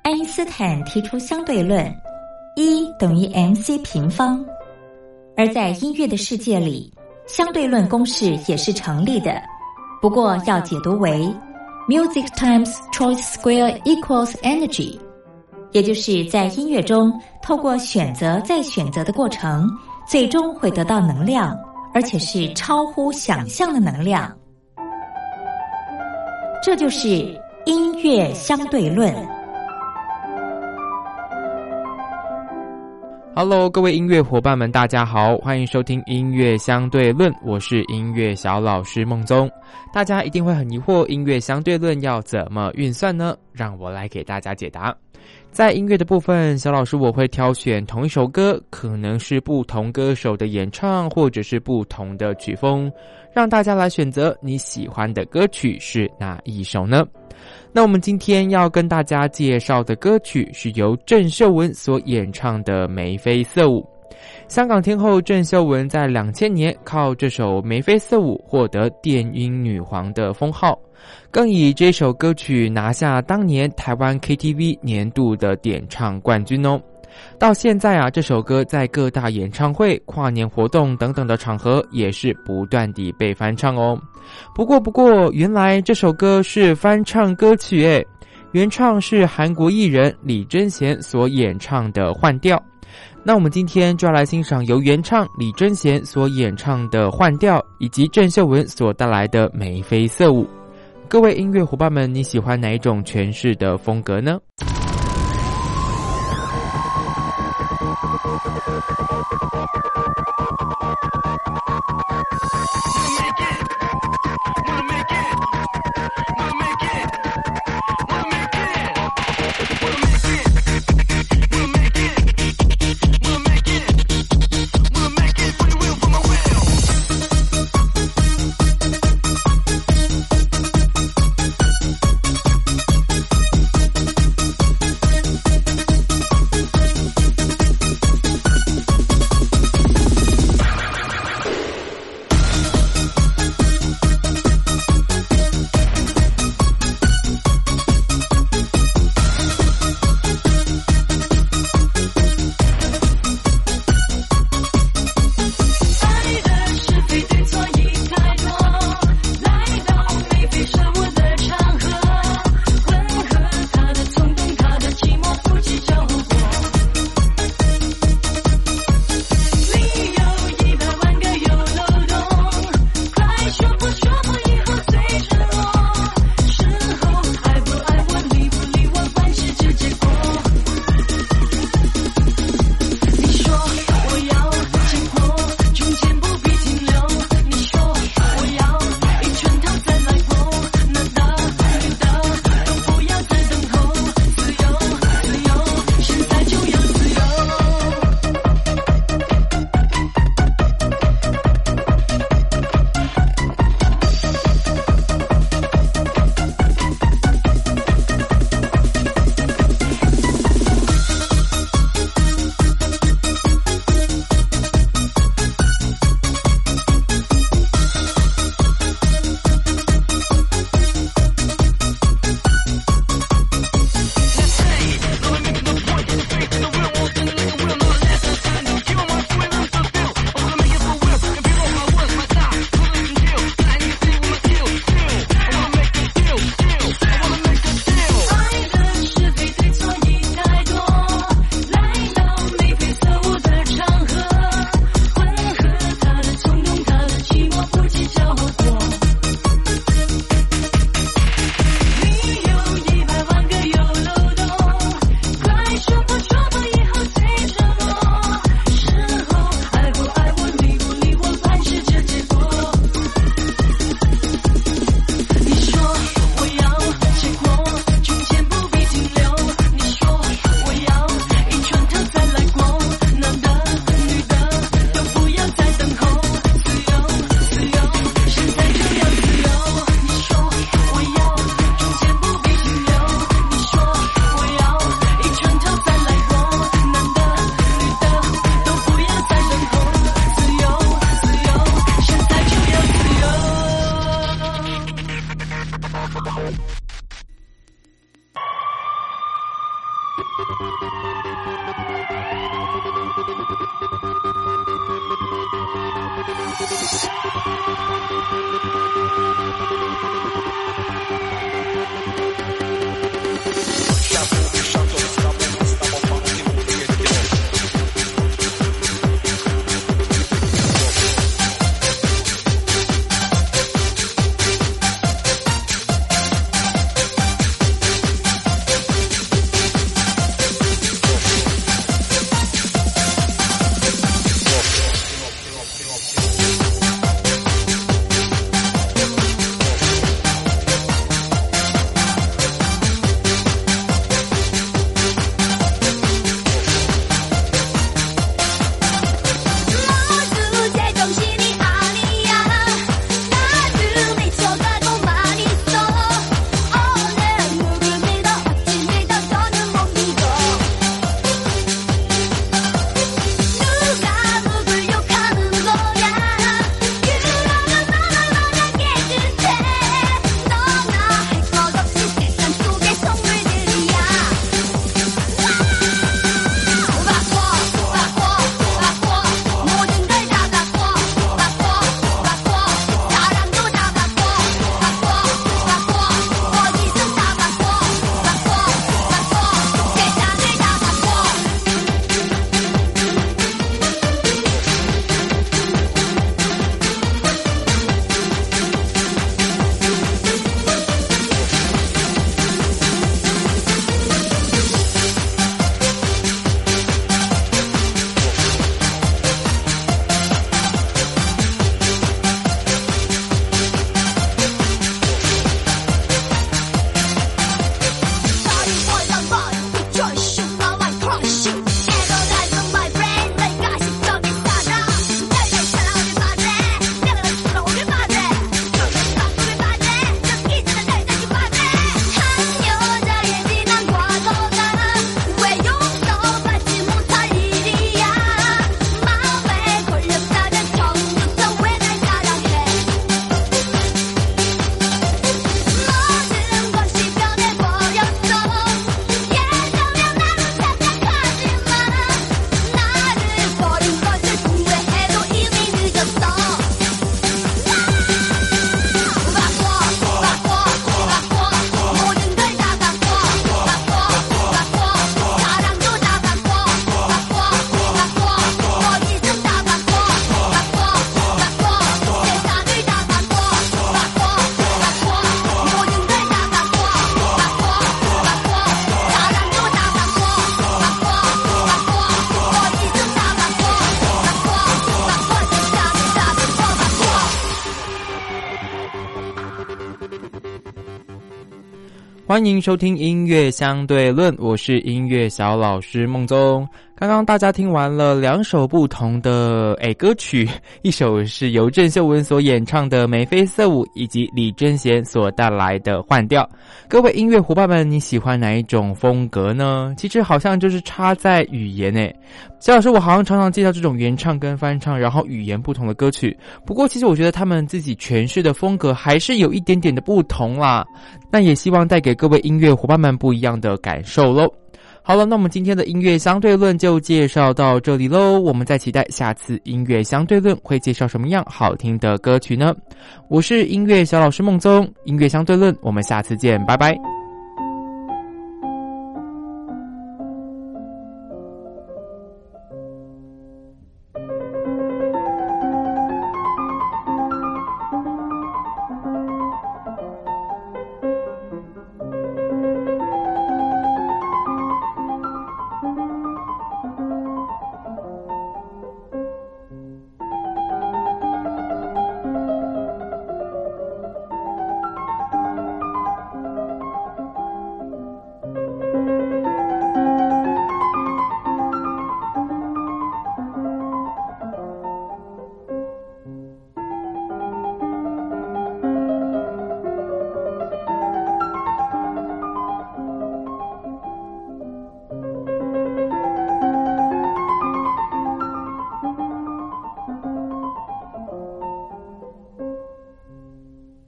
爱因斯坦提出相对论，E等于 mc 平方。而在音乐的世界里，相对论公式也是成立的，不过要解读为 music times choice square equals energy， 也就是在音乐中透过选择再选择的过程，最终会得到能量，而且是超乎想象的能量。这就是音乐相对论。 Hello， 各位音乐伙伴们，大家好，欢迎收听音乐相对论，我是音乐小老师孟宗。大家一定会很疑惑，音乐相对论要怎么运算呢？让我来给大家解答。在音乐的部分，小老师我会挑选同一首歌，可能是不同歌手的演唱，或者是不同的曲风，让大家来选择你喜欢的歌曲是哪一首呢？那我们今天要跟大家介绍的歌曲是由郑秀文所演唱的《眉飞色舞》。香港天后郑秀文在2000年靠这首《眉飞色舞》获得电音女皇的封号，更以这首歌曲拿下当年台湾 KTV 年度的点唱冠军哦。到现在这首歌在各大演唱会、跨年活动等等的场合也是不断地被翻唱哦。不过，原来这首歌是翻唱歌曲耶，原唱是韩国艺人李贞贤所演唱的《换调》。那我们今天就要来欣赏由原唱李贞贤所演唱的《换调》，以及郑秀文所带来的《眉飞色舞》。各位音乐伙伴们，你喜欢哪一种诠释的风格呢？ 欢迎收听音乐相对论，我是音乐小老师孟宗。刚刚大家听完了两首不同的歌曲，一首是由郑秀文所演唱的《眉飞色舞》，以及李贞贤所带来的《换调》。各位音乐伙伴们，你喜欢哪一种风格呢？其实好像就是差在语言耶。小老师我好像常常介绍这种原唱跟翻唱，然后语言不同的歌曲，不过其实我觉得他们自己诠释的风格还是有一点点的不同啦。那也希望带给各位音乐伙伴们不一样的感受咯。好了，那我们今天的音乐相对论就介绍到这里咯，我们再期待下次音乐相对论会介绍什么样好听的歌曲呢？我是音乐小老师孟宗，音乐相对论，我们下次见，拜拜。